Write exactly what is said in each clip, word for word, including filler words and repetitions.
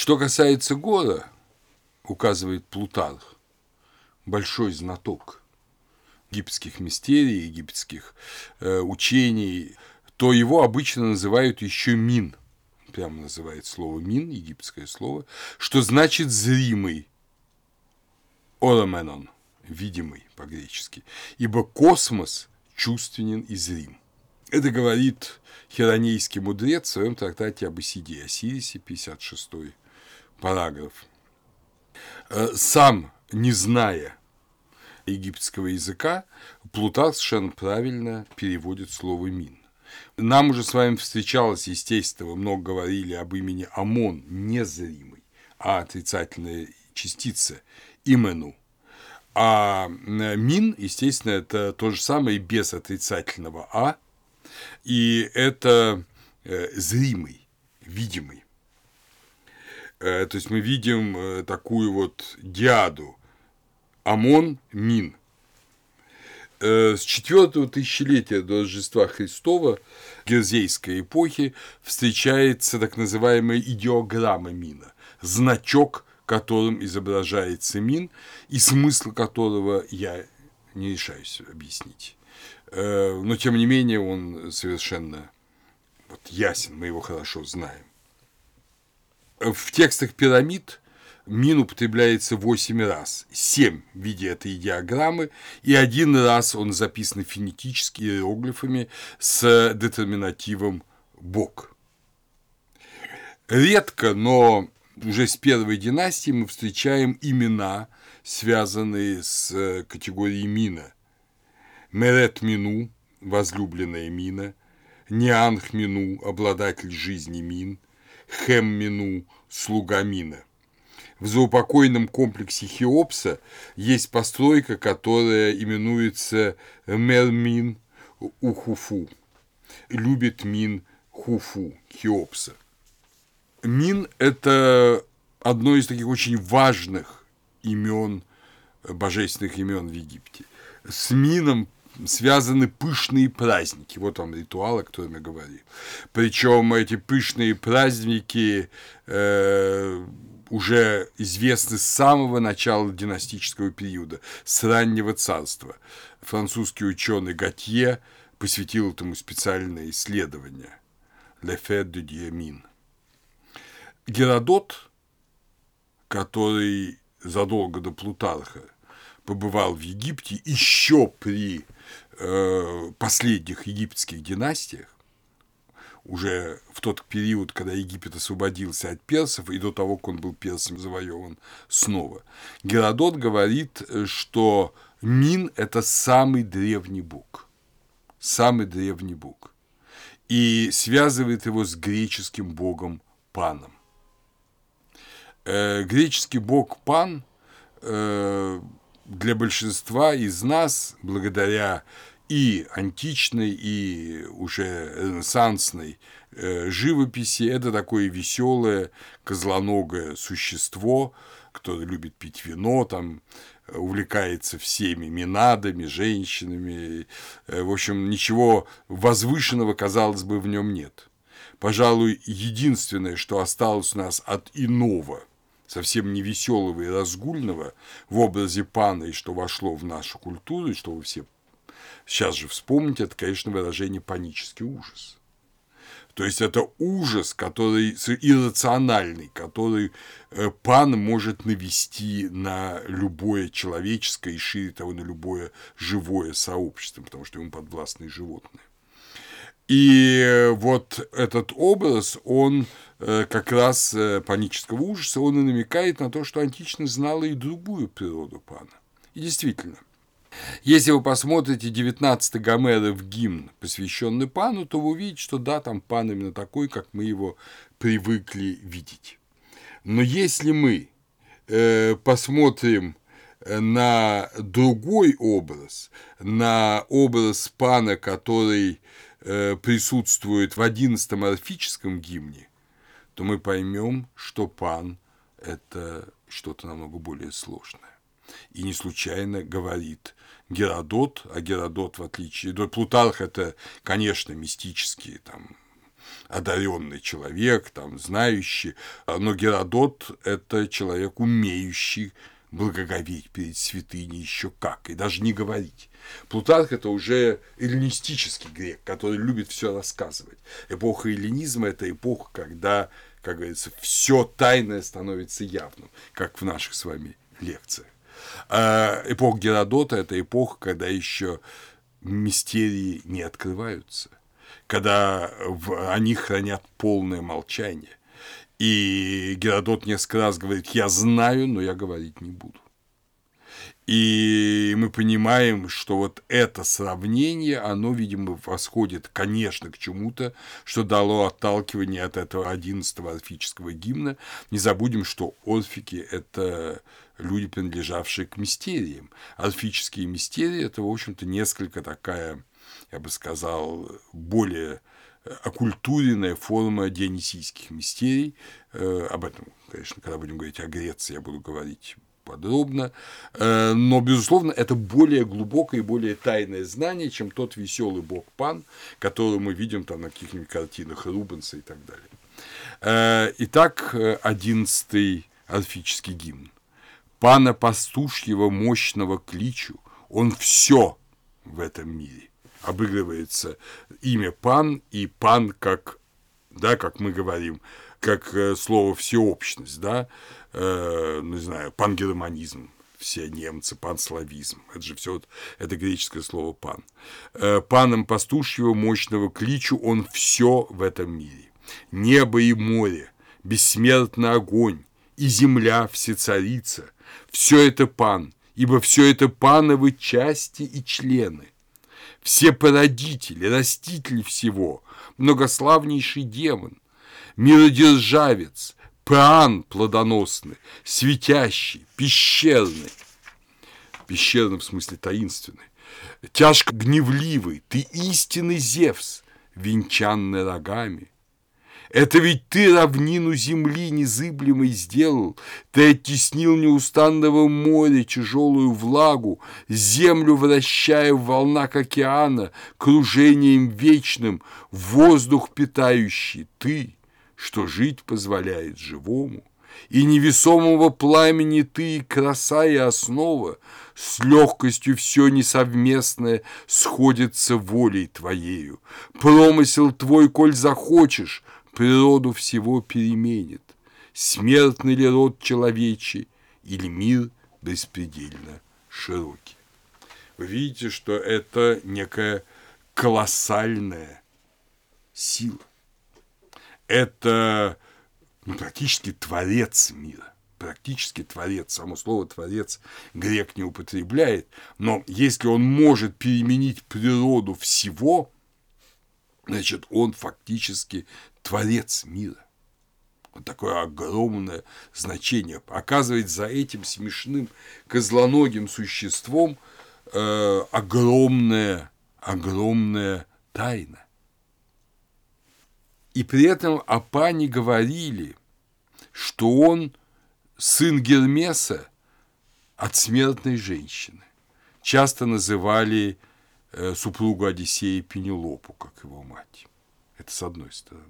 Что касается Гора, указывает Плутарх, большой знаток египетских мистерий, египетских э, учений, то его обычно называют еще Мин, прямо называет слово Мин, египетское слово, что значит зримый, ороменон, видимый по-гречески, ибо космос чувственен и зрим. Это говорит хиронейский мудрец в своем трактате об Исиде и Осирисе, пятьдесят шестой параграф. Сам, не зная египетского языка, Плутарх совершенно правильно переводит слово «мин». Нам уже с вами встречалось, естественно, вы много говорили об имени Амон, незримый, а отрицательная частица имену. А мин, естественно, это то же самое без отрицательного «а», и это зримый, видимый. То есть мы видим такую вот диаду Амон, Мин. С четвёртого тысячелетия до Рождества Христова герзейской эпохи встречается так называемая идеограмма Мина, значок, которым изображается Мин, и смысл которого я не решаюсь объяснить. Но, тем не менее, он совершенно вот ясен, мы его хорошо знаем. В текстах пирамид Мин употребляется восемь раз, семь в виде этой диаграммы, и один раз он записан фонетически иероглифами с детерминативом «бог». Редко, но уже с первой династии мы встречаем имена, связанные с категорией Мина. Мерет Мину, возлюбленная Мина, Нианх Мину, обладатель жизни Мин, Хем Мину, слуга Мина. В заупокойном комплексе Хеопса есть постройка, которая именуется Мермин Ухуфу, любит Мин Хуфу, Хеопса. Мин – это одно из таких очень важных имен, божественных имен в Египте. С Мином связаны пышные праздники. Вот вам ритуал, о котором я говорил. Причем эти пышные праздники э, уже известны с самого начала династического периода, с раннего царства. Французский ученый Готье посвятил этому специальное исследование «Le Fête de Dieu Min». Геродот, который задолго до Плутарха побывал в Египте еще при э, последних египетских династиях, уже в тот период, когда Египет освободился от персов, и до того, как он был персом завоеван снова. Геродот говорит, что Мин – это самый древний бог, самый древний бог, и связывает его с греческим богом Паном. Э, греческий бог Пан э, для большинства из нас, благодаря и античной, и уже ренессансной э, живописи, это такое веселое козлоногое существо, которое любит пить вино, там, увлекается всеми минадами, женщинами. Э, в общем, ничего возвышенного, казалось бы, в нем нет. Пожалуй, единственное, что осталось у нас от иного, совсем не веселого и разгульного в образе Пана, и что вошло в нашу культуру, и что вы все сейчас же вспомните, это, конечно, выражение «панический ужас». То есть это ужас, который иррациональный, который Пан может навести на любое человеческое и, шире того, на любое живое сообщество, потому что ему подвластны животные. И вот этот образ, он как раз панического ужаса, он и намекает на то, что античность знала и другую природу Пана. И действительно, если вы посмотрите девятнадцатый Гомеров гимн, посвященный Пану, то вы увидите, что да, там Пан именно такой, как мы его привыкли видеть. Но если мы э, посмотрим на другой образ, на образ Пана, который э, присутствует в одиннадцатом орфическом гимне, то мы поймем, что Пан – это что-то намного более сложное. И не случайно говорит Геродот, а Геродот, в отличие от Плутарха, это, конечно, мистические там одаренный человек, там, знающий, но Геродот – это человек, умеющий благоговеть перед святыней еще как, и даже не говорить. Плутарх – это уже эллинистический грек, который любит все рассказывать. Эпоха эллинизма – это эпоха, когда, как говорится, все тайное становится явным, как в наших с вами лекциях. А эпоха Геродота – это эпоха, когда еще мистерии не открываются, когда в, о них хранят полное молчание. И Геродот несколько раз говорит: я знаю, но я говорить не буду. И мы понимаем, что вот это сравнение, оно, видимо, восходит, конечно, к чему-то, что дало отталкивание от этого одиннадцатого орфического гимна. Не забудем, что орфики – это люди, принадлежавшие к мистериям. Орфические мистерии – это, в общем-то, несколько такая, я бы сказал, более оккультуренная форма дионисийских мистерий. Об этом, конечно, когда будем говорить о Греции, я буду говорить подробно, но, безусловно, это более глубокое и более тайное знание, чем тот веселый бог Пан, который мы видим там на каких-нибудь картинах Рубенса и так далее. Итак, одиннадцатый орфический гимн. Пана пастушьего мощного кличу, он все в этом мире. Обыгрывается имя Пан, и Пан, как, да, как мы говорим, как слово всеобщность, да, э, не знаю, пангерманизм, все немцы, панславизм, это же все вот, это греческое слово пан. Э, паном пастушьего мощного кличу, он все в этом мире. Небо и море, бессмертный огонь, и земля всецарица, все это пан, ибо все это пановы части и члены. Все породители, раститель всего, многославнейший демон, миродержавец, Паан плодоносный, светящий, пещерный, пещерный в смысле таинственный, тяжко гневливый, ты истинный Зевс, венчанный рогами. Это ведь ты равнину земли незыблемой сделал, ты оттеснил неустанного моря тяжелую влагу, землю вращая в волнах океана, кружением вечным, воздух питающий, ты, что жить позволяет живому, и невесомого пламени ты, и краса, и основа, с легкостью все несовместное сходится волей твоею. Промысел твой, коль захочешь, природу всего переменит. Смертный ли род человечий, или мир беспредельно широкий? Вы видите, что это некая колоссальная сила. Это, ну, практически творец мира. Практически творец. Само слово «творец» грек не употребляет. Но если он может переменить природу всего, значит, он фактически творец мира. Вот такое огромное значение. Оказывается, за этим смешным козлоногим существом э, огромная, огромная тайна. И при этом о Пане говорили, что он сын Гермеса от смертной женщины. Часто называли э, супругу Одиссея Пенелопу, как его мать. Это с одной стороны.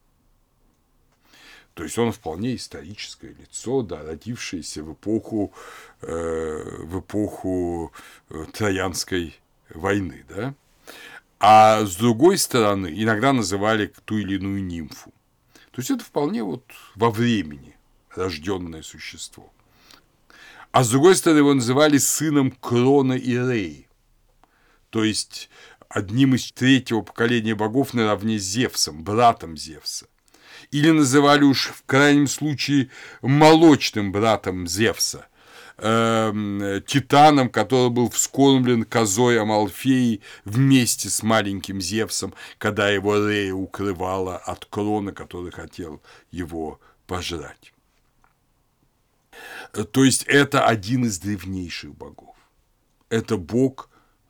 То есть он вполне историческое лицо, да, родившееся в эпоху, э, в эпоху Троянской войны, да. А с другой стороны, иногда называли ту или иную нимфу. То есть это вполне вот во времени рожденное существо. А с другой стороны, его называли сыном Крона и Реи. То есть одним из третьего поколения богов наравне с Зевсом, братом Зевса. Или называли уж в крайнем случае молочным братом Зевса, э, Титаном, который был вскормлен козой Амалфеей вместе с маленьким Зевсом, когда его Рея укрывала от Крона, который хотел его пожрать. То есть это один из древнейших богов. Это бог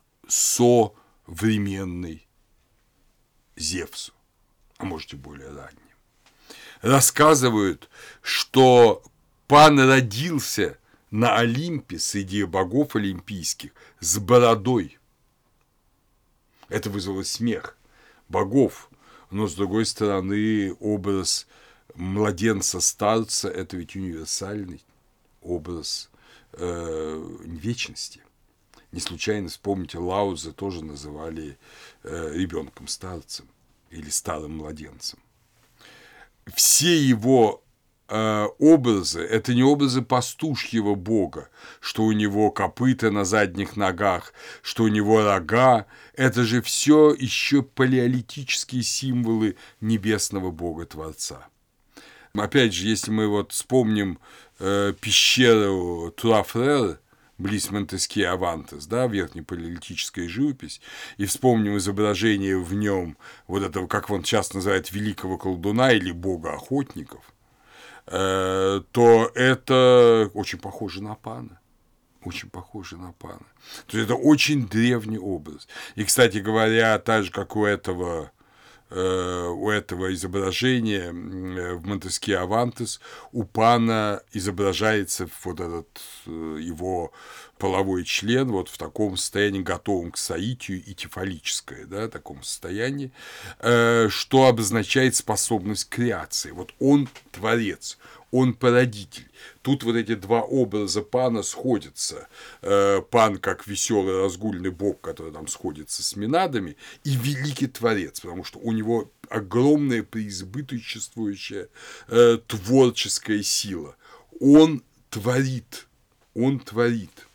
современный Зевсу, а может и более ранний. Рассказывают, что Пан родился на Олимпе среди богов олимпийских с бородой. Это вызвало смех богов. но, с другой стороны, образ младенца-старца – это ведь универсальный образ э, вечности. Не случайно, вспомните, Лао Цзэ тоже называли э, ребенком-старцем или старым младенцем. Все его э, образы – это не образы пастушьего бога, что у него копыта на задних ногах, что у него рога. Это же все еще палеолитические символы небесного бога-творца. Опять же, если мы вот вспомним э, пещеру Туа-Фрер, близ Монтескье-Авантес, да, верхнепалеолитическая живопись, и вспомним изображение в нем вот этого, как он часто называет, великого колдуна или бога охотников, э, то это очень похоже на Пана. Очень похоже на Пана. То есть это очень древний образ. И, кстати говоря, так же, как у этого у этого изображения в Монтескье-Авантес у Пана изображается вот этот его половой член вот в таком состоянии, готовом к соитию, и тефалическое, да, таком состоянии, что обозначает способность к креации. Вот он творец, он породитель. Тут вот эти два образа Пана сходятся. Пан как веселый разгульный бог, который там сходится с Минадами, и великий творец, потому что у него огромная преизбыточествующая э, творческая сила. Он творит, он творит.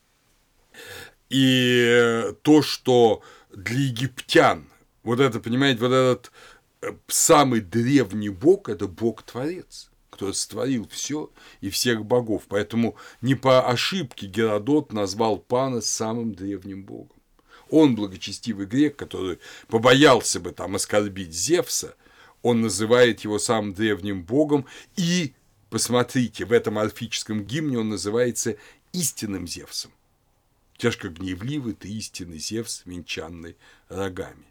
И то, что для египтян, вот это, понимаете, вот этот самый древний бог – это бог-творец, который сотворил все и всех богов. Поэтому не по ошибке Геродот назвал Пана самым древним богом. Он, благочестивый грек, который побоялся бы там оскорбить Зевса, он называет его самым древним богом. И, посмотрите, в этом орфическом гимне он называется истинным Зевсом. Тяжко гневливый ты истинный Зевс, венчанный рогами.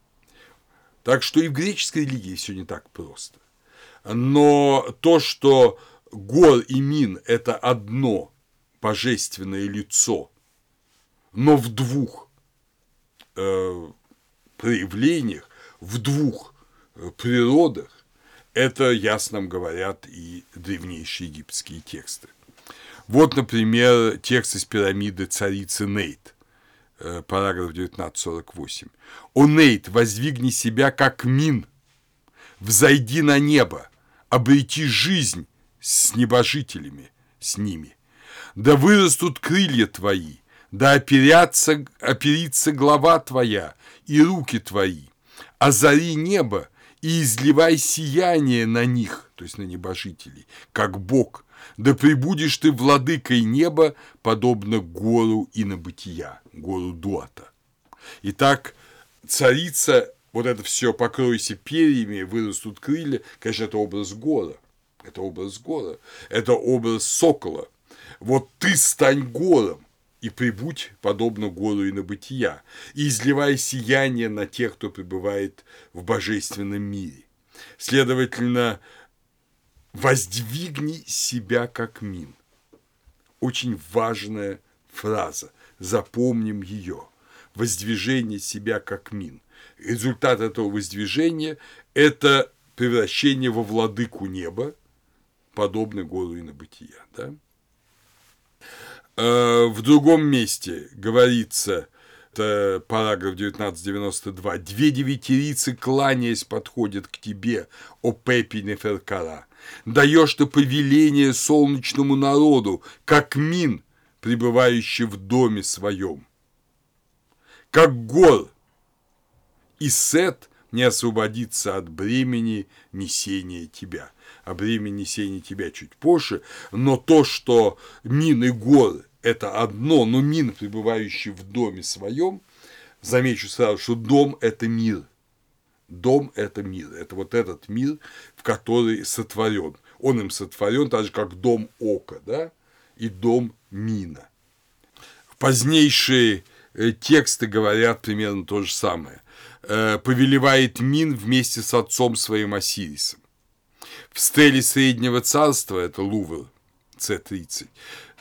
Так что и в греческой религии все не так просто. Но то, что Гор и Мин – это одно божественное лицо, но в двух э, проявлениях, в двух природах, это ясно нам говорят и древнейшие египетские тексты. Вот, например, текст из пирамиды царицы Нейт, э, параграф девятнадцать сорок восемь. «О Нейт, воздвигни себя, как Мин, взойди на небо, обрети жизнь с небожителями, с ними. Да вырастут крылья твои, да оперятся, оперится глава твоя и руки твои, озари небо и изливай сияние на них», то есть на небожителей, как Бог, да пребудешь ты владыкой неба, подобно гору инобытия, гору Дуата. Итак, царица, вот это все покройся перьями, вырастут крылья, конечно, это образ гора, это образ гора, это образ сокола. Вот ты стань гором и прибудь, подобно гору инобытия, и изливай сияние на тех, кто пребывает в божественном мире. Следовательно, воздвигни себя, как Мин. Очень важная фраза, запомним ее. Воздвижение себя, как Мин. Результат этого воздвижения – это превращение во владыку неба, подобно гору инобытия. Да? В другом месте говорится, это параграф девятнадцать девяносто два, «Две девятирицы, кланяясь, подходят к тебе, о Пепи Неферкара. Даешь ты повеление солнечному народу, как Мин, пребывающий в доме своем. Как Гор, и Сет не освободится от бремени несения тебя». О бремени несения тебя чуть позже, но то, что Мин и Гор – это одно, но Мин, пребывающий в доме своем, замечу сразу, что дом – это мир. Дом – это мир. Это вот этот мир, в который сотворен. Он им сотворен, так же, как дом Ока, да, и дом Мина. Позднейшие тексты говорят примерно то же самое. «Повелевает Мин вместе с отцом своим Осирисом». В стеле Среднего Царства, это Лувр, С тридцать,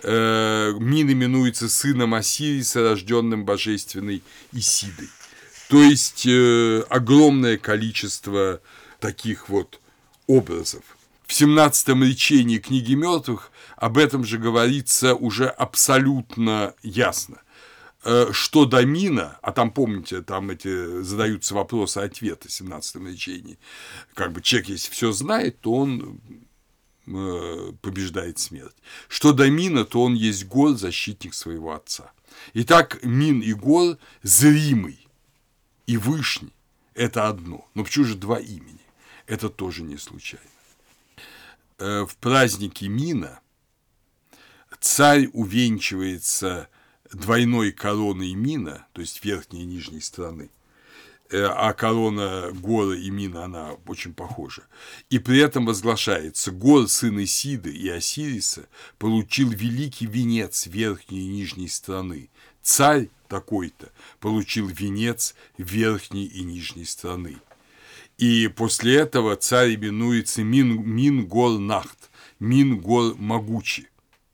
Мин именуется сыном Осириса, рожденным божественной Исидой. То есть э, огромное количество таких вот образов. В семнадцатом речении книги мертвых об этом же говорится уже абсолютно ясно. Что до мина, а там, помните, там эти задаются вопросы-ответы в семнадцатом речении, как бы человек, если все знает, то он побеждает смерть. Что до мина, то он есть Гор, защитник своего отца. Итак, мин и Гор зримый и вышний – это одно. Но почему же два имени? Это тоже не случайно. В празднике Мина царь увенчивается двойной короной Мина, то есть верхней и нижней стороны, а корона Гора и Мина, она очень похожа. И при этом возглашается: Гор, сын Исиды и Осириса, получил великий венец верхней и нижней стороны. Царь такой-то получил венец верхней и нижней стороны. И после этого царь именуется Мин, Мин Гор Нахт, Мин Гор Могучий.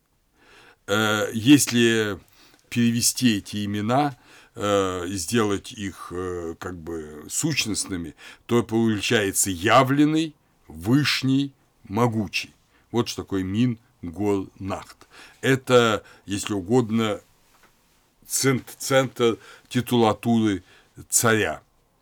Если перевести эти имена, сделать их как бы сущностными, то получается явленный, вышний, могучий. Вот что такое Мин Гор Нахт. Это, если угодно, центр, центр титулатуры царя.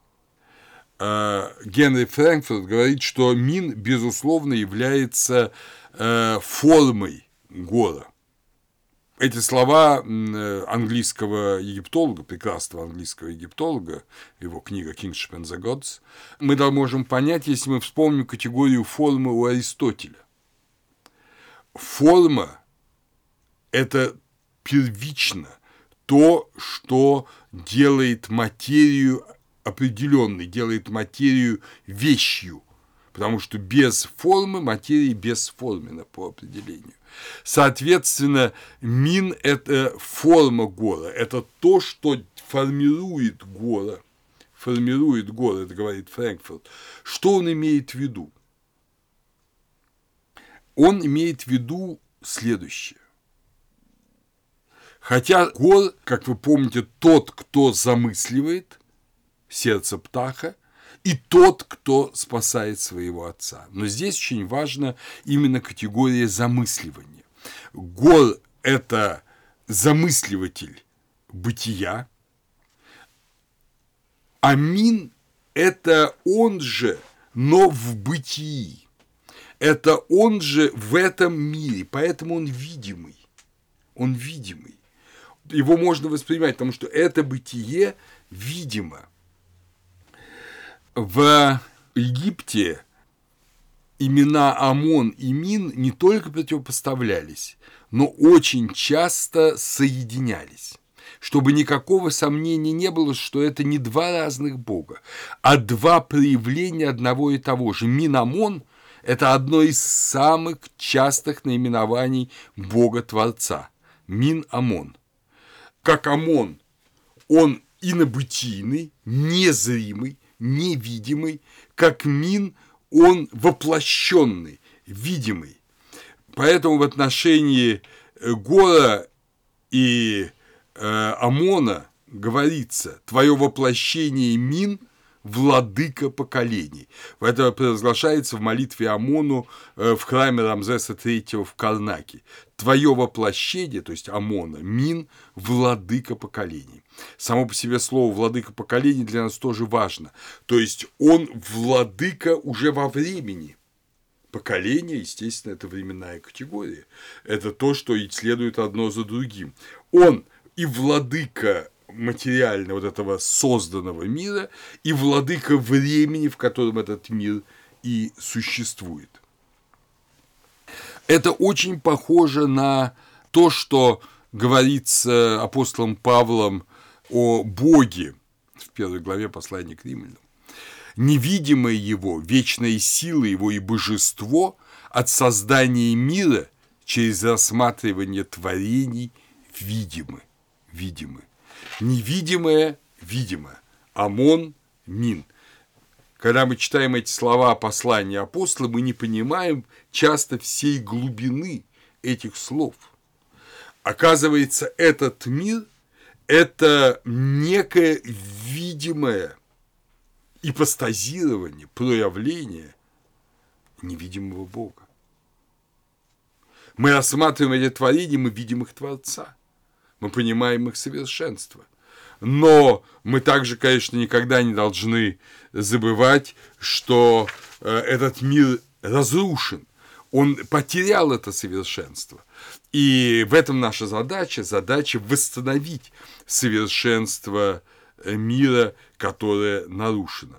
Генри Фрэнкфурт говорит, что Мин, безусловно, является формой Гора. Эти слова английского египтолога, прекрасного английского египтолога, его книга «Kingship and the Gods», мы можем понять, если мы вспомним категорию формы у Аристотеля. Форма – это первично то, что делает материю определенной, делает материю вещью, потому что без формы материя бесформенна по определению. Соответственно, мин – это форма Гора, это то, что формирует Гора, формирует Гора, это говорит Фрэнкфурт. Что он имеет в виду? Он имеет в виду следующее. Хотя Гор, как вы помните, тот, кто замысливает сердце птаха, и тот, кто спасает своего отца. Но здесь очень важна именно категория замысливания. Гор – это замысливатель бытия, а Мин – это он же, но в бытии. Это он же в этом мире, поэтому он видимый. Он видимый. Его можно воспринимать, потому что это бытие видимо. В Египте имена Амон и Мин не только противопоставлялись, но очень часто соединялись, чтобы никакого сомнения не было, что это не два разных бога, а два проявления одного и того же. Мин-Амон – это одно из самых частых наименований Бога-Творца. Мин-Амон. Как Амон, он инобытийный, незримый, невидимый, как Мин, он воплощенный, видимый. Поэтому в отношении Гора и э, Амона говорится: твое воплощение Мин – владыка поколений. Это провозглашается в молитве Амону в храме Рамзеса третьего в Карнаке. Твое воплощение, то есть Амона, Мин – владыка поколений. Само по себе слово «владыка поколений» для нас тоже важно. То есть он владыка уже во времени. Поколение, естественно, это временная категория. Это то, что следует одно за другим. Он и владыка материально вот этого созданного мира, и владыка времени, в котором этот мир и существует. Это очень похоже на то, что говорится апостолом Павлом о Боге в первой главе послания к Римлянам. Невидимое его, вечная сила его и божество от создания мира через рассматривание творений видимы. видимы. Невидимое – видимо. Амон – Мин. Когда мы читаем эти слова послания апостола, мы не понимаем часто всей глубины этих слов. Оказывается, этот мир – это некое видимое ипостазирование, проявление невидимого Бога. Мы рассматриваем эти творения, мы видим их Творца, мы понимаем их совершенство. Но мы также, конечно, никогда не должны забывать, что этот мир разрушен, он потерял это совершенство. И в этом наша задача, задача восстановить совершенство мира, которое нарушено.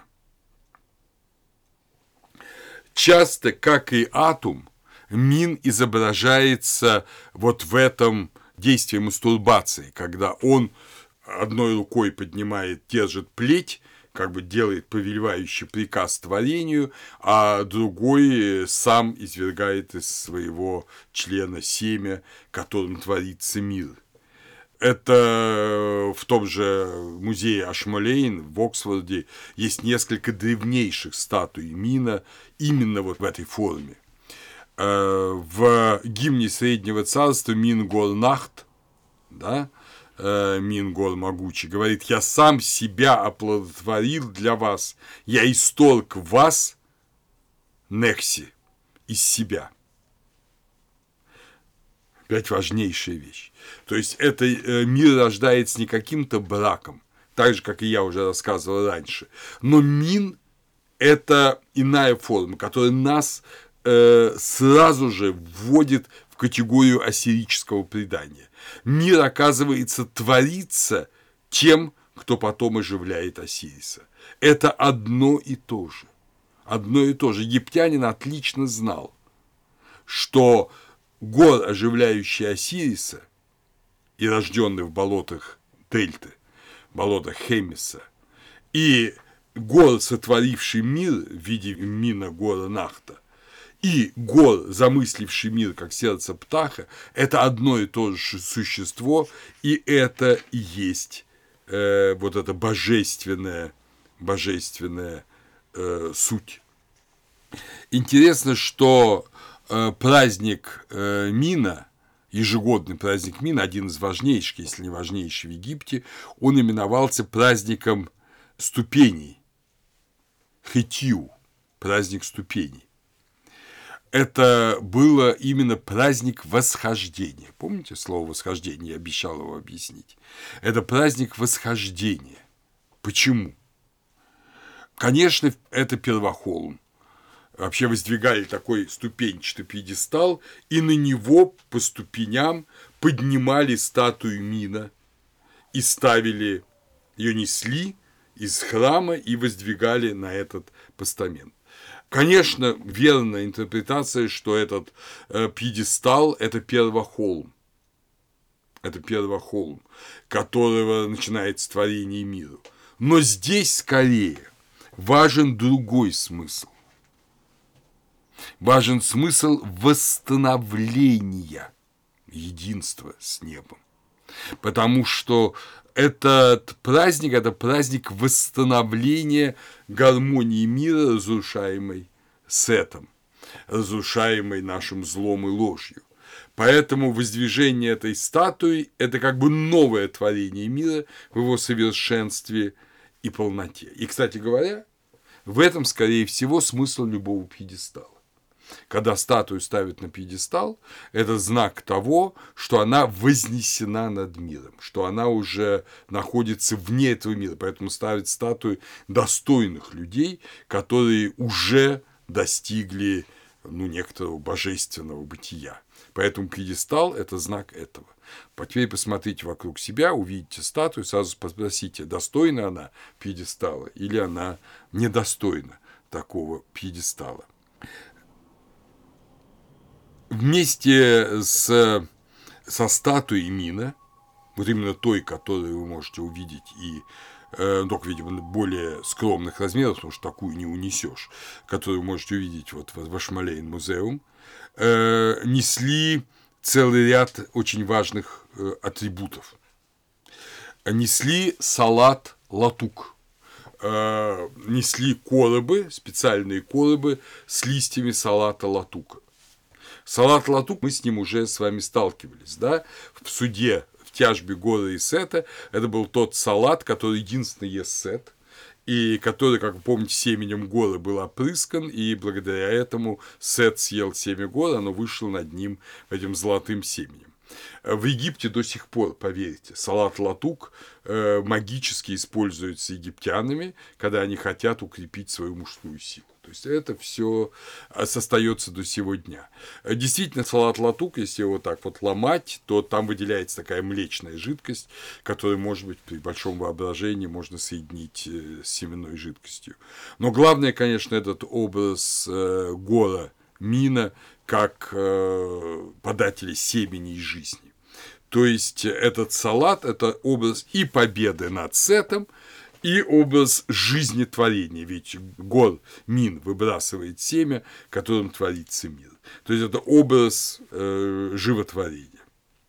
Часто, как и атум, Мин изображается вот в этом действии мастурбации, когда он одной рукой поднимает, держит плеть, как бы делает повелевающий приказ творению, а другой сам извергает из своего члена семя, которым творится мир. Это в том же музее Ашмолейн в Оксфорде есть несколько древнейших статуй Мина именно вот в этой форме. В гимне Среднего Царства Мин Гор Нахт, да, Мин Гор Могучий, говорит: «Я сам себя оплодотворил для вас, я исторг вас, Нехси, из себя». Опять важнейшая вещь. То есть, это мир рождается не каким-то браком, так же, как и я уже рассказывал раньше, но Мин – это иная форма, которая нас э, сразу же вводит в категорию ассирического предания. Мир, оказывается, творится тем, кто потом оживляет Осириса. Это одно и то же. Одно и то же. Египтянин отлично знал, что Гор, оживляющий Осириса и рожденный в болотах Дельты, болотах Хемиса, и Гор, сотворивший мир в виде Мина Гора Нахта, и Гор, замысливший мир как сердце птаха, это одно и то же существо, и это и есть э, вот эта божественная, божественная э, суть. Интересно, что э, праздник э, Мина, ежегодный праздник Мина, один из важнейших, если не важнейший в Египте, он именовался праздником ступеней, Хетиу, праздник ступеней. Это было именно праздник восхождения. Помните слово «восхождение»? Я обещал его объяснить. Это праздник восхождения. Почему? Конечно, это первохолм. Вообще воздвигали такой ступенчатый пьедестал, и на него по ступеням поднимали статую Мина и ставили, ее несли из храма и воздвигали на этот постамент. Конечно, верная интерпретация, что этот э, пьедестал – это первохолм. Это первохолм, которого начинается творение мира. Но здесь скорее важен другой смысл. Важен смысл восстановления единства с небом. Потому что этот праздник – это праздник восстановления гармонии мира, разрушаемой Сетом, разрушаемой нашим злом и ложью. Поэтому воздвижение этой статуи – это как бы новое творение мира в его совершенстве и полноте. И, кстати говоря, в этом, скорее всего, смысл любого пьедестала. Когда статую ставят на пьедестал, это знак того, что она вознесена над миром, что она уже находится вне этого мира, поэтому ставят статуи достойных людей, которые уже достигли ну, некоторого божественного бытия. Поэтому пьедестал – это знак этого. Теперь посмотрите вокруг себя, увидите статую, сразу спросите, достойна она пьедестала или она недостойна такого пьедестала. Вместе с, со статуей Мина, вот именно той, которую вы можете увидеть, и э, только, видимо, более скромных размеров, потому что такую не унесешь, которую вы можете увидеть вот в Ашмолейн музеум, э, несли целый ряд очень важных э, атрибутов. Несли салат латук, э, несли коробы, специальные коробы с листьями салата латука. Салат латук, мы с ним уже с вами сталкивались, да, в суде в тяжбе Гора и Сета. Это был тот салат, который единственный ест Сет, и который, как вы помните, семенем Гора был опрыскан, и благодаря этому Сет съел семя Гора, оно вышло над ним этим золотым семенем. В Египте до сих пор, поверьте, салат латук э, магически используется египтянами, когда они хотят укрепить свою мужскую силу. То есть это все остается до сего дня. Действительно, салат латук, если его так вот ломать, то там выделяется такая млечная жидкость, которую, может быть, при большом воображении можно соединить с семенной жидкостью. Но главное, конечно, этот образ э, Гора Мина как э, податели семени и жизни. То есть этот салат – это образ и победы над Сетом, и образ жизнетворения, ведь Гор Мин выбрасывает семя, которым творится мир. То есть это образ э, животворения.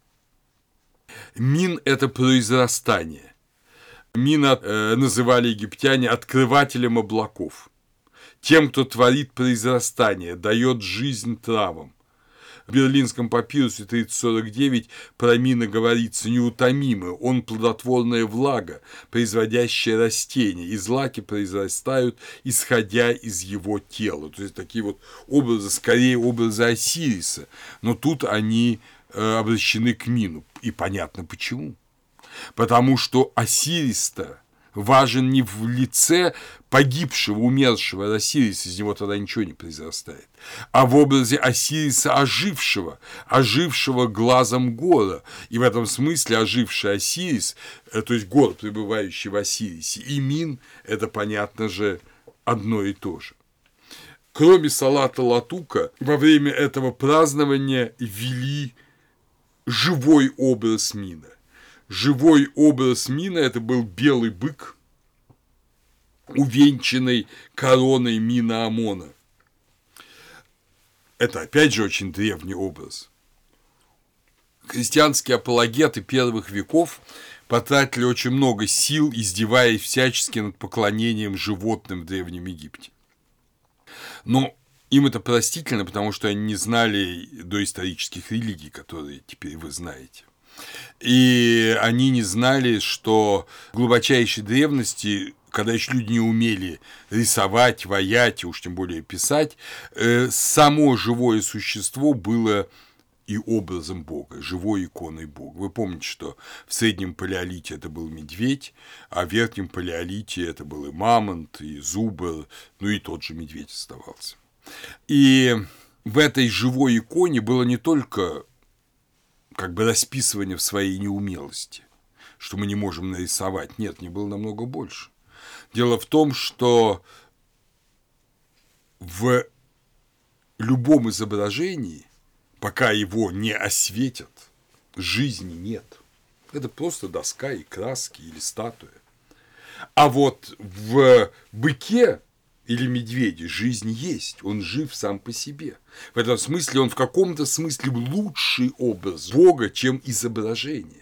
Мин – это произрастание. Мина э, называли египтяне открывателем облаков, тем, кто творит произрастание, дает жизнь травам. В Берлинском папирусе тридцать сорок девять про Мина говорится: неутомимый, он плодотворная влага, производящая растения, и злаки произрастают, исходя из его тела. То есть такие вот образы, скорее образы Осириса, но тут они э, обращены к Мину. И понятно почему. Потому что Осирис-то важен не в лице погибшего, умершего Осириса, из него тогда ничего не произрастает, а в образе Осириса ожившего, ожившего глазом Гора. И в этом смысле оживший Осирис, то есть Гор, пребывающий в Осирисе, и Мин – это, понятно же, одно и то же. Кроме салата латука, во время этого празднования ввели живой образ Мина. Живой образ Мина – это был белый бык, увенчанный короной Мина Амона. Это, опять же, очень древний образ. Христианские апологеты первых веков потратили очень много сил, издеваясь всячески над поклонением животным в Древнем Египте. Но им это простительно, потому что они не знали доисторических религий, которые теперь вы знаете. И они не знали, что в глубочайшей древности, когда еще люди не умели рисовать, ваять, уж тем более писать, само живое существо было и образом Бога, живой иконой Бога. Вы помните, что в среднем палеолите это был медведь, а в верхнем палеолите это был и мамонт, и зубр, ну и тот же медведь оставался. И в этой живой иконе было не только как бы расписывание в своей неумелости, что мы не можем нарисовать. Нет, не было намного больше. Дело в том, что в любом изображении, пока его не осветят, жизни нет. Это просто доска и краски или статуя. А вот в быке или медведе жизнь есть, он жив сам по себе. В этом смысле он в каком-то смысле лучший образ Бога, чем изображение.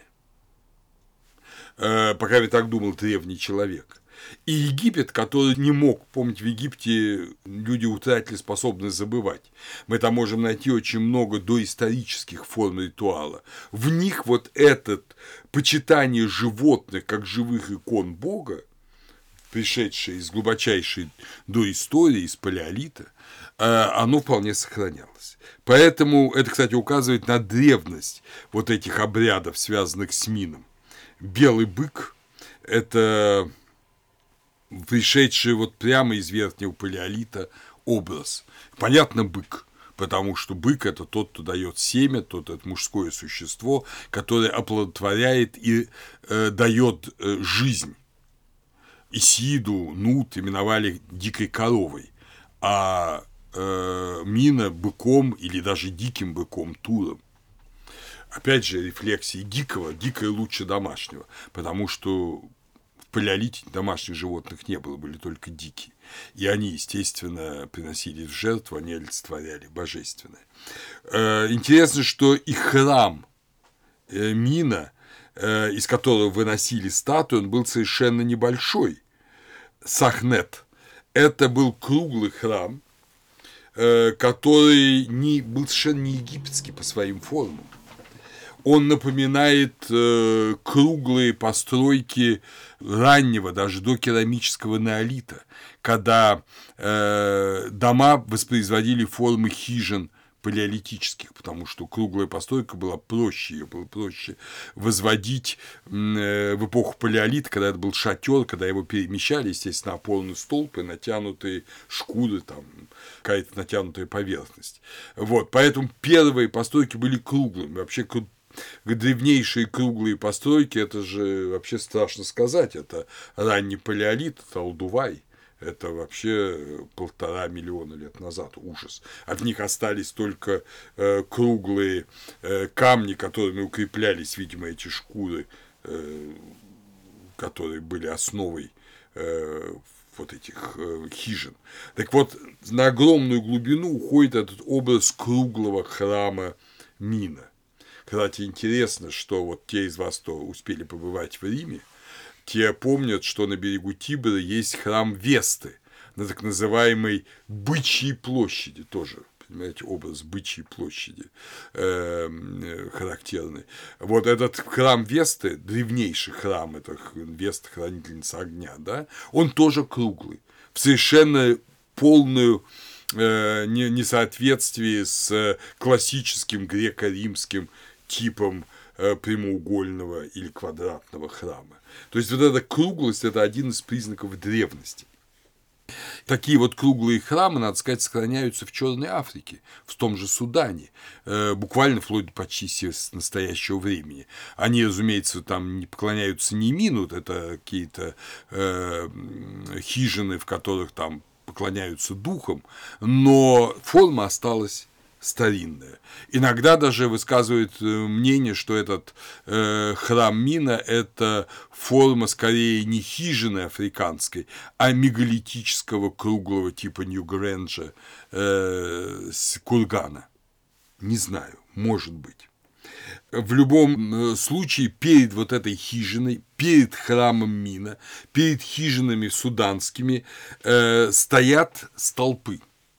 Э, пока я так думал древний человек. И Египет, который не мог, помните, в Египте люди утратили способность забывать. Мы там можем найти очень много доисторических форм ритуала. В них вот это почитание животных как живых икон Бога, пришедшее из глубочайшей доистории, из палеолита, оно вполне сохранялось. Поэтому это, кстати, указывает на древность вот этих обрядов, связанных с Мином. Белый бык – это пришедший вот прямо из верхнего палеолита образ. Понятно, бык, потому что бык – это тот, кто дает семя, тот это мужское существо, которое оплодотворяет и э, дает э, жизнь. Исиду, Нут именовали дикой коровой, а э, Мина – быком или даже диким быком, Туром. Опять же, рефлексии дикого, дикое лучше домашнего, потому что в палеолите домашних животных не было, были только дикие. И они, естественно, приносили в жертву, они олицетворяли божественное. Э, интересно, что и храм э, Мина, э, из которого выносили статую, он был совершенно небольшой. Сахнет – это был круглый храм, который не, был совершенно не египетский по своим формам. Он напоминает э, круглые постройки раннего, даже до керамического неолита, когда э, дома воспроизводили формы хижин палеолитических, потому что круглая постройка была проще, ее было проще возводить в эпоху палеолита, когда это был шатер, когда его перемещали, естественно, опорные столбы, натянутые шкуры, там какая-то натянутая поверхность. Вот, поэтому первые постройки были круглыми. Вообще древнейшие круглые постройки, это же вообще страшно сказать, это ранний палеолит, это Олдувай. Это вообще полтора миллиона лет назад, ужас. От них остались только э, круглые э, камни, которыми укреплялись, видимо, эти шкуры, э, которые были основой э, вот этих э, хижин. Так вот, на огромную глубину уходит этот образ круглого храма Мина. Кстати, интересно, что вот те из вас, кто успели побывать в Риме, те помнят, что на берегу Тибра есть храм Весты, на так называемой Бычьей площади, тоже, понимаете, образ Бычьей площади э, характерный. Вот этот храм Весты, древнейший храм, это Веста, хранительница огня, да, он тоже круглый, в совершенно полную э, несоответствии с классическим греко-римским типом прямоугольного или квадратного храма. То есть вот эта круглость – это один из признаков древности. Такие вот круглые храмы, надо сказать, сохраняются в Черной Африке, в том же Судане, буквально вплоть до почти настоящего времени. Они, разумеется, там не поклоняются ни Мину, это какие-то э, хижины, в которых там поклоняются духам, но форма осталась старинная. Иногда даже высказывают мнение, что этот э, храм Мина – это форма скорее не хижины африканской, а мегалитического круглого типа Нью-Грэнджа э, с кургана. Не знаю, может быть. В любом случае, перед вот этой хижиной, перед храмом Мина, перед хижинами суданскими э, стоят столпы.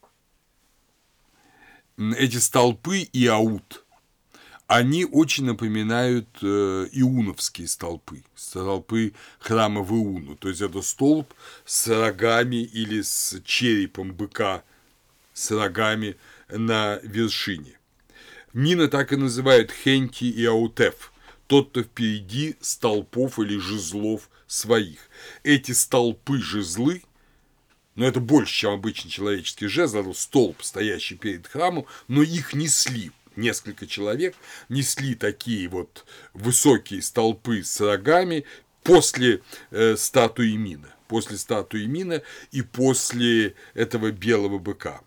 Эти столпы и аут, они очень напоминают э, иуновские столпы, столпы храма в Иуну. То есть это столб с рогами или с черепом быка с рогами на вершине. Мина так и называют Хенти и Аутеф, тот, кто впереди столпов или жезлов своих. Эти столпы-жезлы, но это больше, чем обычный человеческий жезл, это столб, стоящий перед храмом, но их несли. Несколько человек несли такие вот высокие столпы с рогами после э, статуи Мина. После статуи Мина и после этого белого быка.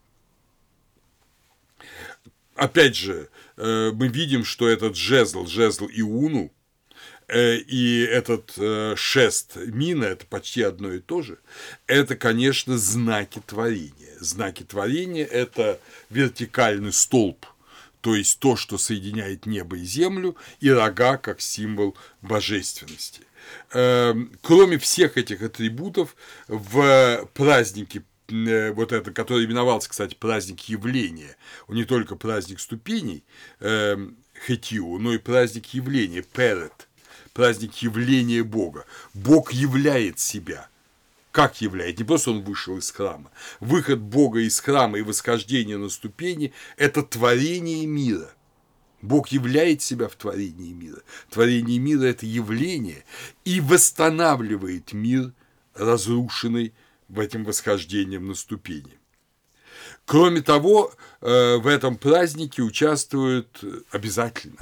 Опять же, э, мы видим, что этот жезл, жезл Иуну, и этот э, шест Мина, это почти одно и то же, это, конечно, знаки творения. Знаки творения – это вертикальный столб, то есть то, что соединяет небо и землю, и рога как символ божественности. Э, кроме всех этих атрибутов, в празднике, э, вот это, который именовался, кстати, праздник явления, он не только праздник ступеней э, Хетиу, но и праздник явления, Перет, праздник явления Бога. Бог являет себя. Как являет? Не просто он вышел из храма. Выход Бога из храма и восхождение на ступени – это творение мира. Бог являет себя в творении мира. Творение мира – это явление и восстанавливает мир, разрушенный в этом восхождением на ступени. Кроме того, в этом празднике участвуют обязательно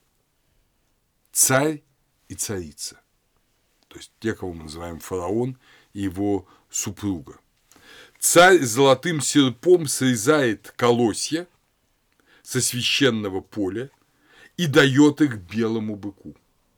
царь и царица, то есть те, кого мы называем фараон и его супруга. Царь золотым серпом срезает колосья со священного поля и дает их белому быку.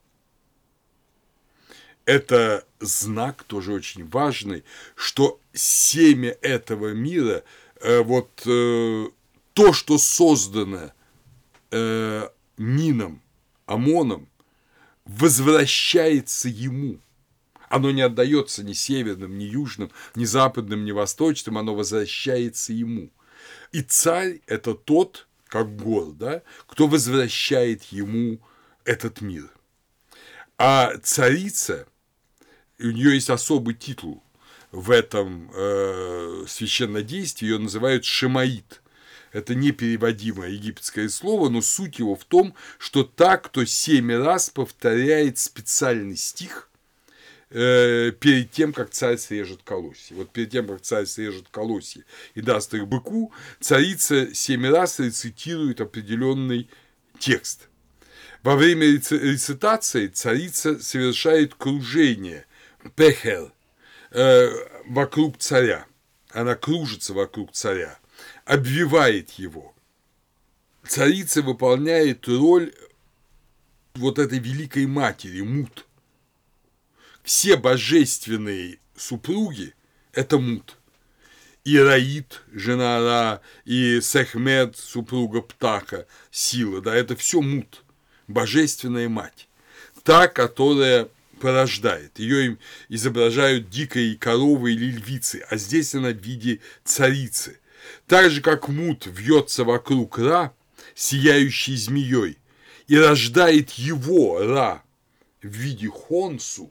Это знак тоже очень важный, что семя этого мира, э, вот э, то, что создано э, Мином, Амоном, возвращается ему. Оно не отдается ни северным, ни южным, ни западным, ни восточным, оно возвращается ему. И царь – это тот, как Гор, да, кто возвращает ему этот мир. А царица, у нее есть особый титул в этом э, священнодействии, ее называют Шемаит. Это непереводимое египетское слово, но суть его в том, что та, кто семь раз повторяет специальный стих э, перед тем, как царь срежет колосья. Вот перед тем, как царь срежет колосья и даст их быку, царица семь раз рецитирует определенный текст. Во время рецитации царица совершает кружение, пехер, э, вокруг царя. Она кружится вокруг царя, обвивает его. Царица выполняет роль вот этой великой матери, Мут. Все божественные супруги – это Мут. И Раид, жена Ра, и Сехмед, супруга Птаха, Сила, да, это все Мут, божественная мать. Та, которая порождает. Ее изображают дикой коровой или львицей, а здесь она в виде царицы. Так же, как Мут вьется вокруг Ра, сияющей змеей, и рождает его, Ра, в виде Хонсу,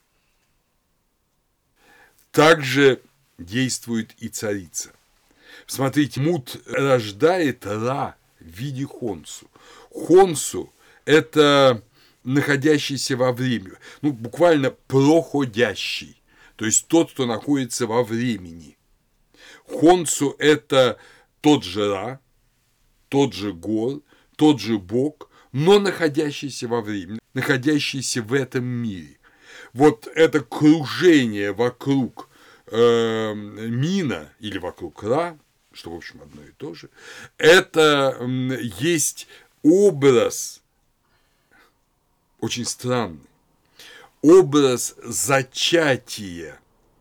также действует и царица. Смотрите, Мут рождает Ра в виде Хонсу. Хонсу – это находящийся во времени, ну, буквально проходящий, то есть тот, кто находится во времени. Хонсу – это тот же Ра, тот же Гор, тот же Бог, но находящийся во времени, находящийся в этом мире. Вот это кружение вокруг э, Мина или вокруг Ра, что, в общем, одно и то же, это э, есть образ, очень странный, образ зачатия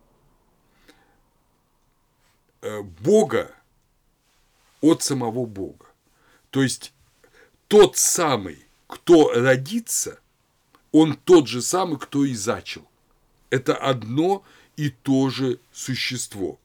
Бога от самого Бога. То есть тот самый, кто родится, он тот же самый, кто и зачал. Это одно и то же существо.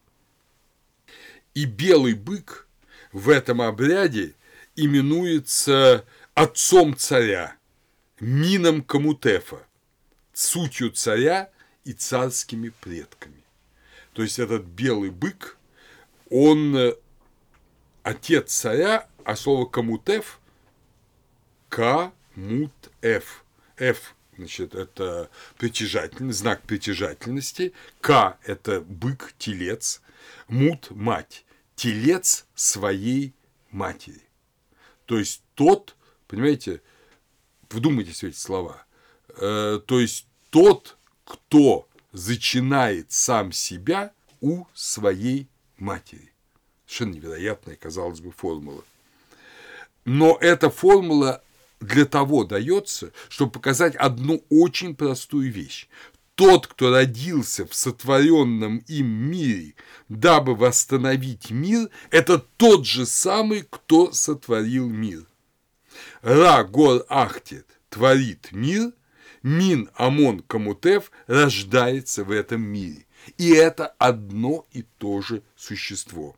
И белый бык в этом обряде именуется отцом царя, Мином Камутефа, сутью царя и царскими предками. То есть этот белый бык, он отец царя, а слово Камутеф – Ка-мут-эф. Ф, значит, это притяжательный, знак притяжательности. К – это бык, телец. Мут – мать. Телец своей матери. То есть тот, понимаете, вдумайтесь в эти слова, э, то есть тот, кто зачинает сам себя у своей матери. Совершенно невероятная, казалось бы, формула. Но эта формула для того дается, чтобы показать одну очень простую вещь. Тот, кто родился в сотворенном им мире, дабы восстановить мир, это тот же самый, кто сотворил мир. Ра Гор Ахтет творит мир, Мин Амон Камутеф рождается в этом мире. И это одно и то же существо.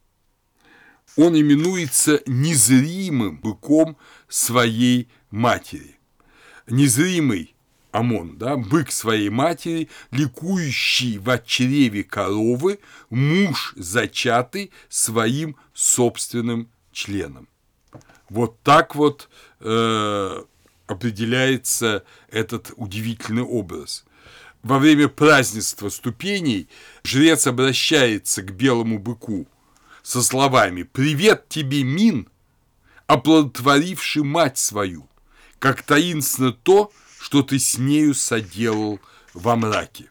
Он именуется незримым быком своей матери. Незримый Амон, да, бык своей матери, ликующий в чреве коровы, муж зачатый своим собственным членом. Вот так вот э, определяется этот удивительный образ. Во время празднества ступеней жрец обращается к белому быку со словами: «Привет тебе, Мин, оплодотворивший мать свою, как таинственно то, что ты с нею соделал во мраке».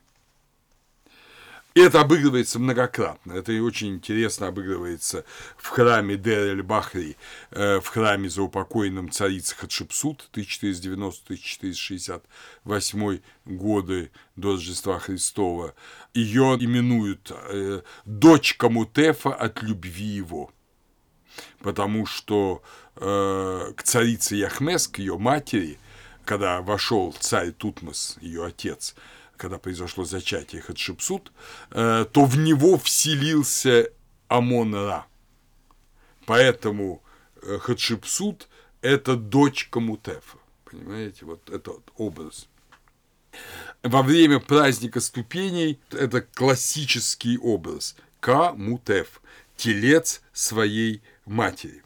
И это обыгрывается многократно. Это и очень интересно обыгрывается в храме Дер-эль-Бахри, в храме заупокоенном царицы Хатшепсут, тысяча четыреста девяностый — тысяча четыреста шестьдесят восьмой годы до Рождества Христова. Ее именуют «дочь Камутефа от любви его», потому что э, к царице Яхмес, к ее матери, когда вошел царь Тутмос, ее отец, когда произошло зачатие Хатшепсут, то в него вселился Амон-Ра. Поэтому Хатшепсут – это дочь Камутефа. Понимаете, вот это вот образ. Во время праздника ступеней это классический образ. Камутеф – телец своей матери.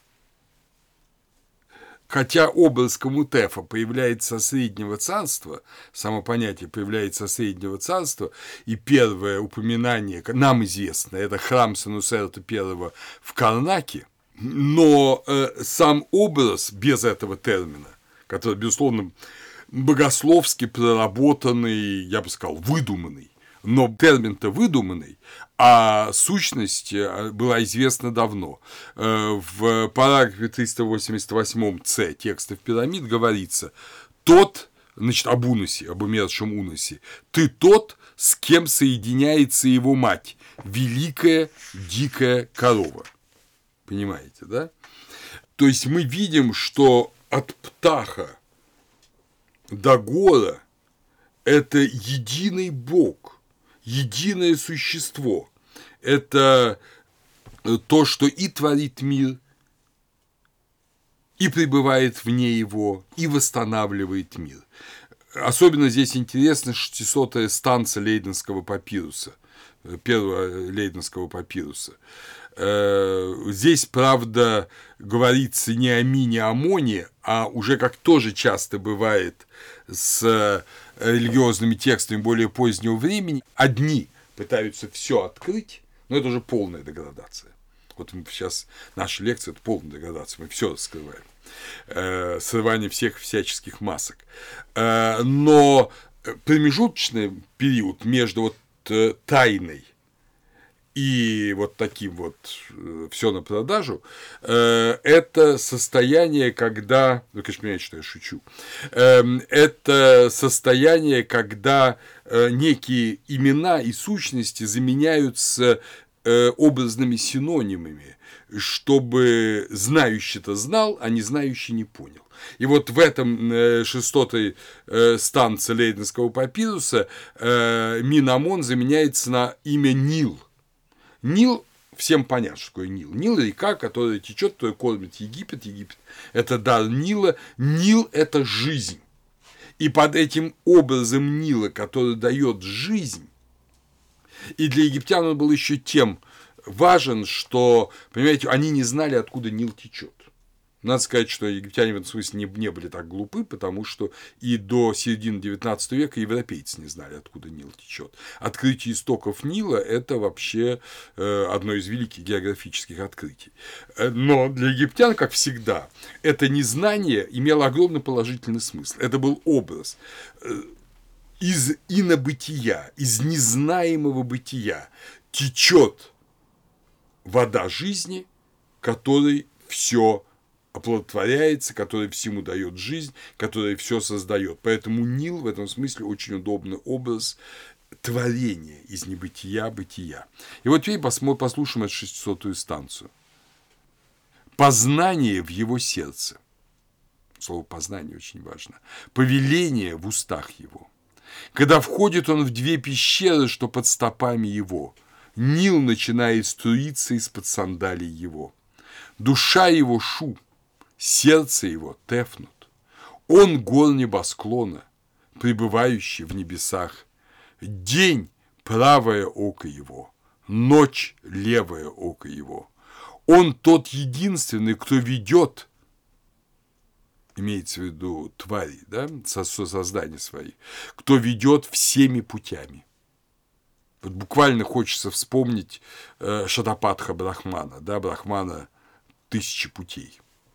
Хотя образ Камутефа появляется со Среднего Царства, само понятие появляется со Среднего Царства, и первое упоминание, нам известно, это храм Сенусерта I в Карнаке, но э, сам образ без этого термина, который, безусловно, богословски проработанный, я бы сказал, выдуманный, но термин-то выдуманный, а сущность была известна давно. В параграфе триста восемьдесят восемь С текстов пирамид говорится: тот, значит, об Уносе, об умершем Уносе, ты тот, с кем соединяется его мать, великая дикая корова. Понимаете, да? То есть мы видим, что от Птаха до Гора это единый Бог, единое существо. Это то, что и творит мир, и пребывает вне его, и восстанавливает мир. Особенно здесь интересна шестисотая станция Лейденского папируса, первого Лейденского папируса. Здесь, правда, говорится не о мине Амоне, а уже, как тоже часто бывает с религиозными текстами более позднего времени, одни пытаются все открыть, но это уже полная деградация. Вот мы сейчас, наша лекция – это полная деградация, мы все раскрываем. Э, срывание всех всяческих масок. Э, но промежуточный период между вот э, тайной и вот таким вот э, все на продажу, э, это состояние, когда, вы, конечно, понимаете, что я шучу, э, это состояние, когда э, некие имена и сущности заменяются э, образными синонимами, чтобы знающий-то знал, а не знающий не понял. И вот в этом э, шестотой э, станции Лейденского папируса э, мин Амон заменяется на имя Нил. Нил, всем понятно, что такое Нил. Нил – река, которая течет, которая кормит Египет. Египет – это дар Нила. Нил – это жизнь. И под этим образом Нила, который дает жизнь, и для египтян он был еще тем важен, что, понимаете, они не знали, откуда Нил течет. Надо сказать, что египтяне в этом смысле не, не были так глупы, потому что и до середины девятнадцатого века европейцы не знали, откуда Нил течет. Открытие истоков Нила – это вообще э, одно из великих географических открытий. Но для египтян, как всегда, это незнание имело огромный положительный смысл. Это был образ. Из инобытия, из незнаемого бытия течет вода жизни, которой все оплодотворяется, который всему дает жизнь, который все создает. Поэтому Нил в этом смысле очень удобный образ творения из небытия бытия. И вот теперь послушаем эту шестисотую станцию. Познание в его сердце. Слово познание очень важно. Повеление в устах его. Когда входит он в две пещеры, что под стопами его, Нил начинает струиться из-под сандалий его. Душа его шу, сердце его тефнут. Он гор небосклона, пребывающий в небесах. День – правое око его, ночь – левое око его. Он тот единственный, кто ведет, имеется в виду твари, да, создания свои, кто ведет всеми путями. Вот буквально хочется вспомнить э, Шатапатха Брахмана, да, Брахмана тысячи путей.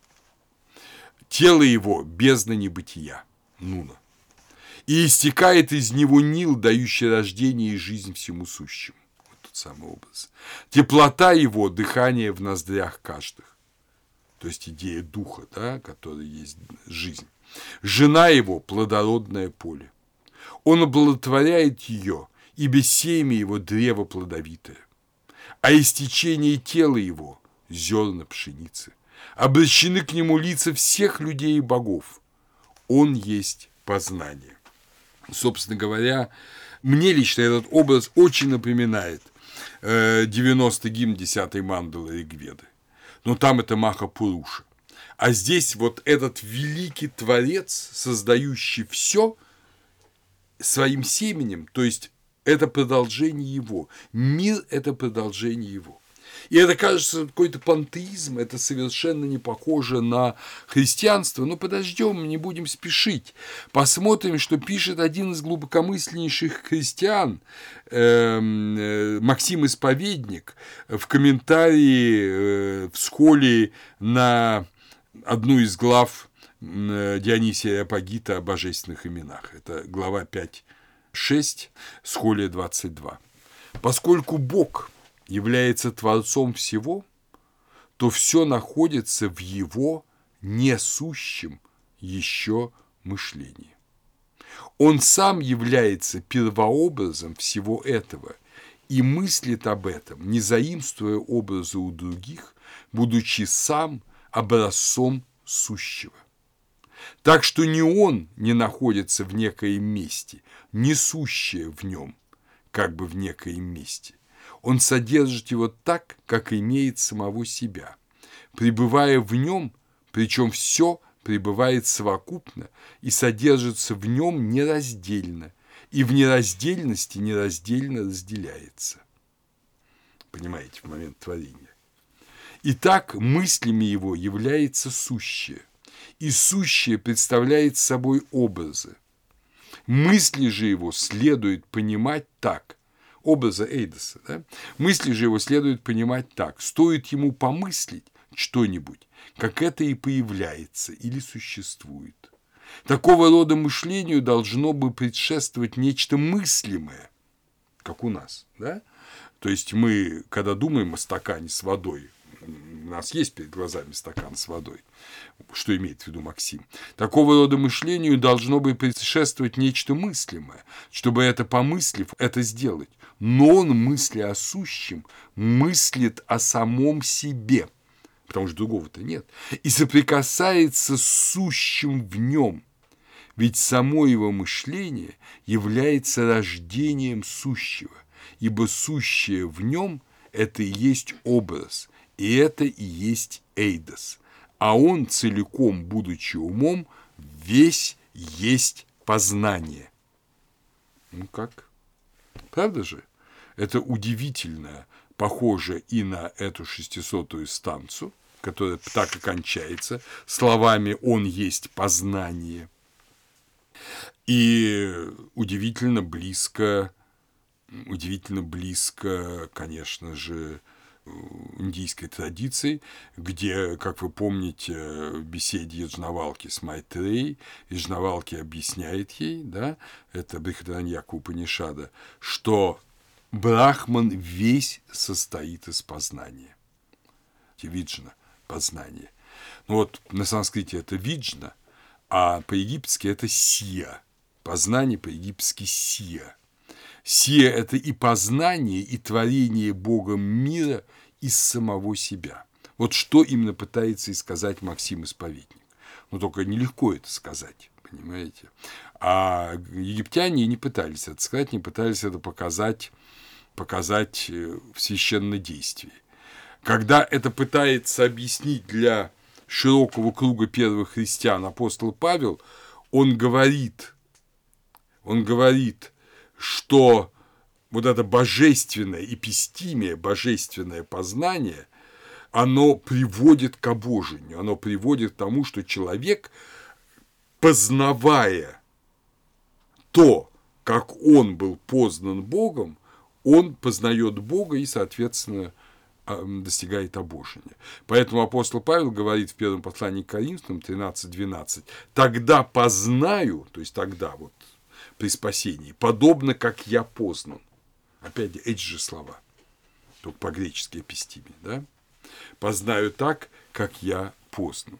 Тело его – бездна небытия, Нуна. И истекает из него Нил, дающий рождение и жизнь всему сущему. Вот тот самый образ. Теплота его – дыхание в ноздрях каждых. То есть идея духа, да, который есть жизнь. Жена его – плодородное поле. Он оплодотворяет ее, ибо семя его – древо плодовитое. А истечение тела его – зерна пшеницы. Обращены к нему лица всех людей и богов. Он есть познание. Собственно говоря, мне лично этот образ очень напоминает девяностый гимн десятой мандалы Ригведы. но там это Маха-Пуруша. А здесь вот этот великий Творец, создающий все своим семенем, то есть это продолжение его. Мир – это продолжение его. И это кажется какой-то пантеизм, это совершенно не похоже на христианство. Но подождем, не будем спешить. Посмотрим, что пишет один из глубокомысленнейших христиан, э, э, Максим Исповедник, в комментарии э, в Схоле на одну из глав Дионисия Ареопагита о божественных именах. Это глава пять шесть, Схоле двадцать два. Поскольку Бог является Творцом всего, то все находится в Его несущем еще мышлении. Он сам является первообразом всего этого и мыслит об этом, не заимствуя образы у других, будучи сам образцом сущего. Так что ни он не находится в некоем месте, не сущее в нем, как бы в некоем месте. Он содержит его так, как имеет самого себя. Пребывая в нем, причем все пребывает совокупно и содержится в нем нераздельно, и в нераздельности нераздельно разделяется. Понимаете, в момент творения. Итак, мыслями его является сущее, и сущее представляет собой образы. Мысли же его следует понимать так, образа Эйдоса, да? Мысли же его следует понимать так, стоит ему помыслить что-нибудь, как это и появляется или существует. Такого рода мышлению должно бы предшествовать нечто мыслимое, как у нас, да? То есть мы, когда думаем о стакане с водой, у нас есть перед глазами стакан с водой, что имеет в виду Максим. Такого рода мышлению должно бы предшествовать нечто мыслимое, чтобы это помыслив, это сделать. Но он, мысля о сущем, мыслит о самом себе, потому что другого-то нет, и соприкасается с сущим в нем. Ведь само его мышление является рождением сущего, ибо сущее в нем – это и есть образ, и это и есть эйдос, а он, целиком будучи умом, весь есть познание. Ну как? Правда же? Это удивительно похоже и на эту шестисотую станцию, которая так и кончается словами «он есть познание». И удивительно близко, удивительно близко, конечно же, индийской традиции, где, как вы помните, в беседе Яджнавалки с Майтреей, Яджнавалки объясняет ей, да, это Брихадараньяка Упанишада, что Брахман весь состоит из познания. Виджна – познание. Ну вот на санскрите это виджна, а по-египетски это сия. Познание по-египетски сия. Сия – это и познание, и творение Богом мира из самого себя. Вот что именно пытается и сказать Максим Исповедник. Но только нелегко это сказать, понимаете. А египтяне не пытались это сказать, не пытались это показать, показать в священнодействии. Когда это пытается объяснить для широкого круга первых христиан апостол Павел, он говорит, он говорит, что вот это божественное эпистимия, божественное познание, оно приводит к обожению, оно приводит к тому, что человек, познавая то, как он был познан Богом, он познает Бога и, соответственно, достигает обожения. Поэтому апостол Павел говорит в первом послании к Коринфянам тринадцать двенадцать: «Тогда познаю», то есть тогда вот при спасении, подобно как я познан. Опять эти же слова, только по-гречески эпистиме, да? Познаю так, как я познан.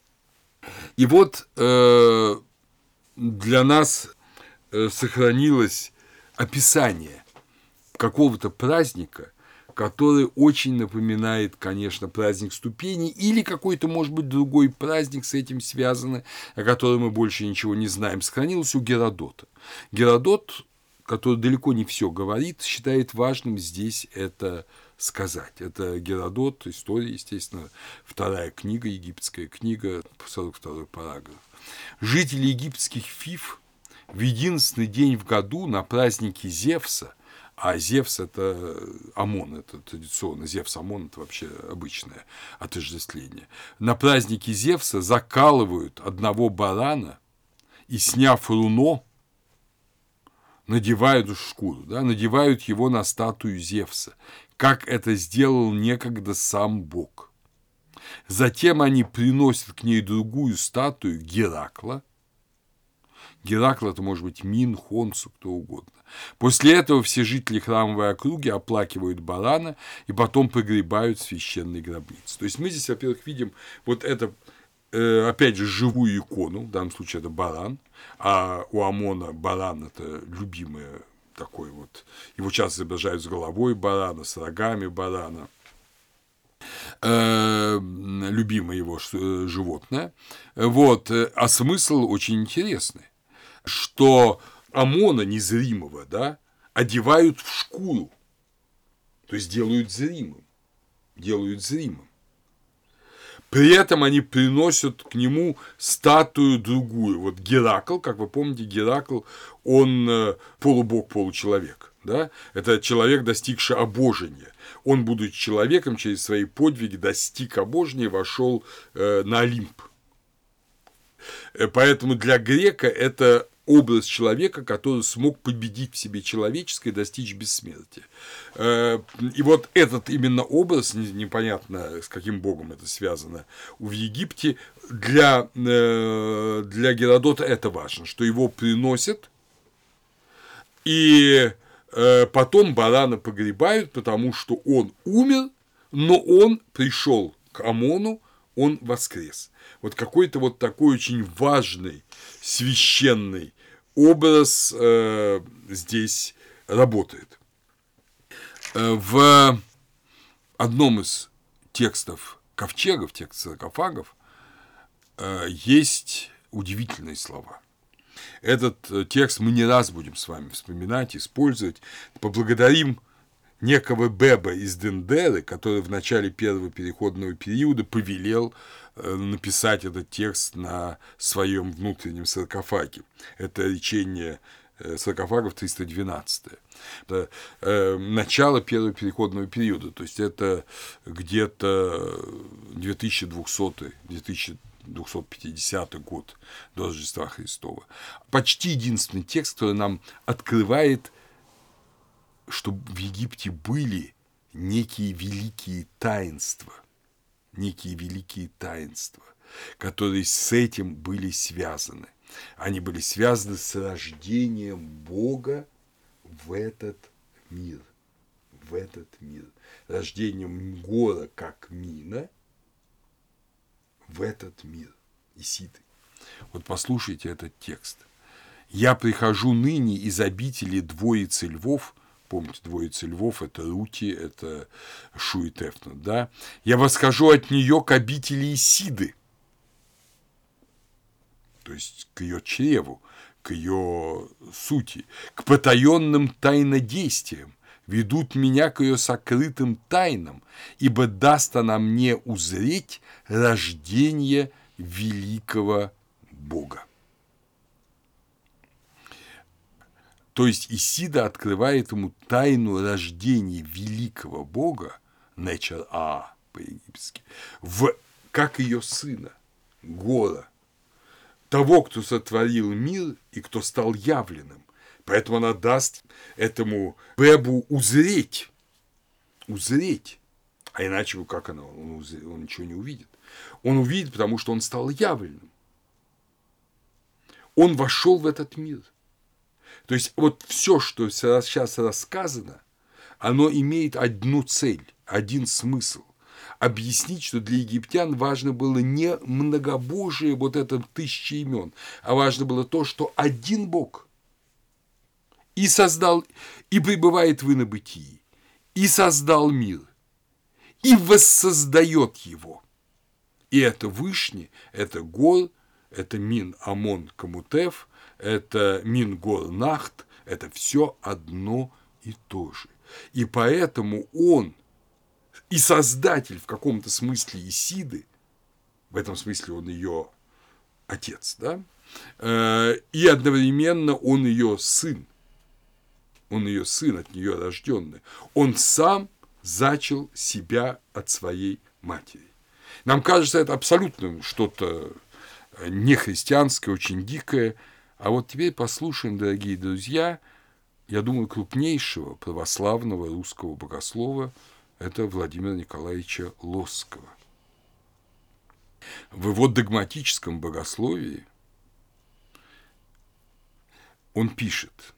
И вот э, для нас э, сохранилось описание какого-то праздника, который очень напоминает, конечно, праздник ступеней или какой-то, может быть, другой праздник с этим связанный, о котором мы больше ничего не знаем, сохранилось у Геродота. Геродот, который далеко не все говорит, считает важным здесь это сказать. Это Геродот, история, естественно, вторая книга, египетская книга, сорок второй параграф. Жители египетских Фив в единственный день в году на празднике Зевса, а Зевс – это Амон, это традиционно, Зевс Амон – это вообще обычное отождествление. На празднике Зевса закалывают одного барана и, сняв руно, надевают шкуру, да, надевают его на статую Зевса, как это сделал некогда сам Бог. Затем они приносят к ней другую статую Геракла. Геракл – это может быть Мин, Хонсу, кто угодно. После этого все жители храмовой округи оплакивают барана и потом погребают в священной гробнице. То есть мы здесь, во-первых, видим вот это, э, опять же, живую икону, в данном случае это баран, а у Амона баран – это любимое такое вот, его часто изображают с головой барана, с рогами барана. Любимое его животное. Вот. А смысл очень интересный, что Амона незримого, да, одевают в шкуру, то есть делают зримым, делают зримым. При этом они приносят к нему статую другую. Вот Геракл, как вы помните, Геракл, он полубог, получеловек. Да? Это человек, достигший обожения. Он, будучи человеком, через свои подвиги достиг обожения и вошел э, на Олимп. Поэтому для грека это образ человека, который смог победить в себе человеческое и достичь бессмертия. И вот этот именно образ, непонятно с каким богом это связано, в Египте для, для Геродота это важно, что его приносят, и потом барана погребают, потому что он умер, но он пришел к Амону, он воскрес. Вот какой-то вот такой очень важный, священный образ э, здесь работает. В одном из текстов ковчегов, текст саркофагов, э, есть удивительные слова. Этот текст мы не раз будем с вами вспоминать, использовать. Поблагодарим некого Беба из Дендеры, который в начале первого переходного периода повелел написать этот текст на своем внутреннем саркофаге. Это речение саркофагов триста двенадцатое. Это начало первого переходного периода, то есть это где-то две тысячи двухсотый - две тысячи двухсот пятидесятый год до Рождества Христова. Почти единственный текст, который нам открывает, что в Египте были некие великие таинства, некие великие таинства, которые с этим были связаны. Они были связаны с рождением Бога в этот мир, в этот мир, рождением Гора как Мина в этот мир, Исиды. Вот послушайте этот текст. «Я прихожу ныне из обители двоицы львов». Помните, двоица львов – это Рути, это Шу и Тефна, да? «Я восхожу от нее к обители Исиды», то есть к ее чреву, к ее сути, к потаенным тайнодействиям, ведут меня к ее сокрытым тайнам, ибо даст она мне узреть рождение великого Бога». То есть Исида открывает ему тайну рождения великого Бога, Нечер А по-египетски, в, как ее сына, Гора, того, кто сотворил мир и кто стал явленным. Поэтому она даст этому Бебу узреть, узреть. А иначе как она, он, узреть, он ничего не увидит. Он увидит, потому что он стал явленным. Он вошел в этот мир. То есть вот все, что сейчас рассказано, оно имеет одну цель, один смысл. Объяснить, что для египтян важно было не многобожие, вот это тысячи имен, а важно было то, что один Бог и создал, и пребывает в инобытии, и создал мир, и воссоздает его. И это Вышний, это Гор, это Мин Амон Камутеф, это Мин Гор Нахт, это все одно и то же. И поэтому он и создатель в каком-то смысле Исиды, в этом смысле он ее отец, да, и одновременно он ее сын, он ее сын, от нее рожденный, он сам зачал себя от своей матери. Нам кажется, это абсолютно что-то нехристианское, очень дикое. А вот теперь послушаем, дорогие друзья, я думаю, крупнейшего православного русского богослова, это Владимира Николаевича Лосского. В его догматическом богословии он пишет: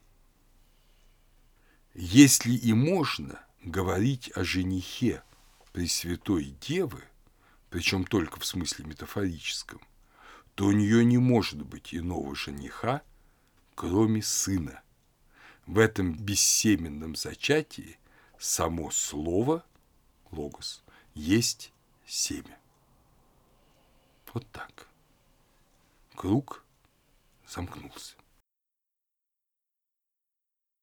«Если и можно говорить о женихе Пресвятой Девы, причем только в смысле метафорическом, то у нее не может быть иного жениха, кроме сына. В этом бессеменном зачатии само слово, логос, есть семя». Вот так. Круг замкнулся.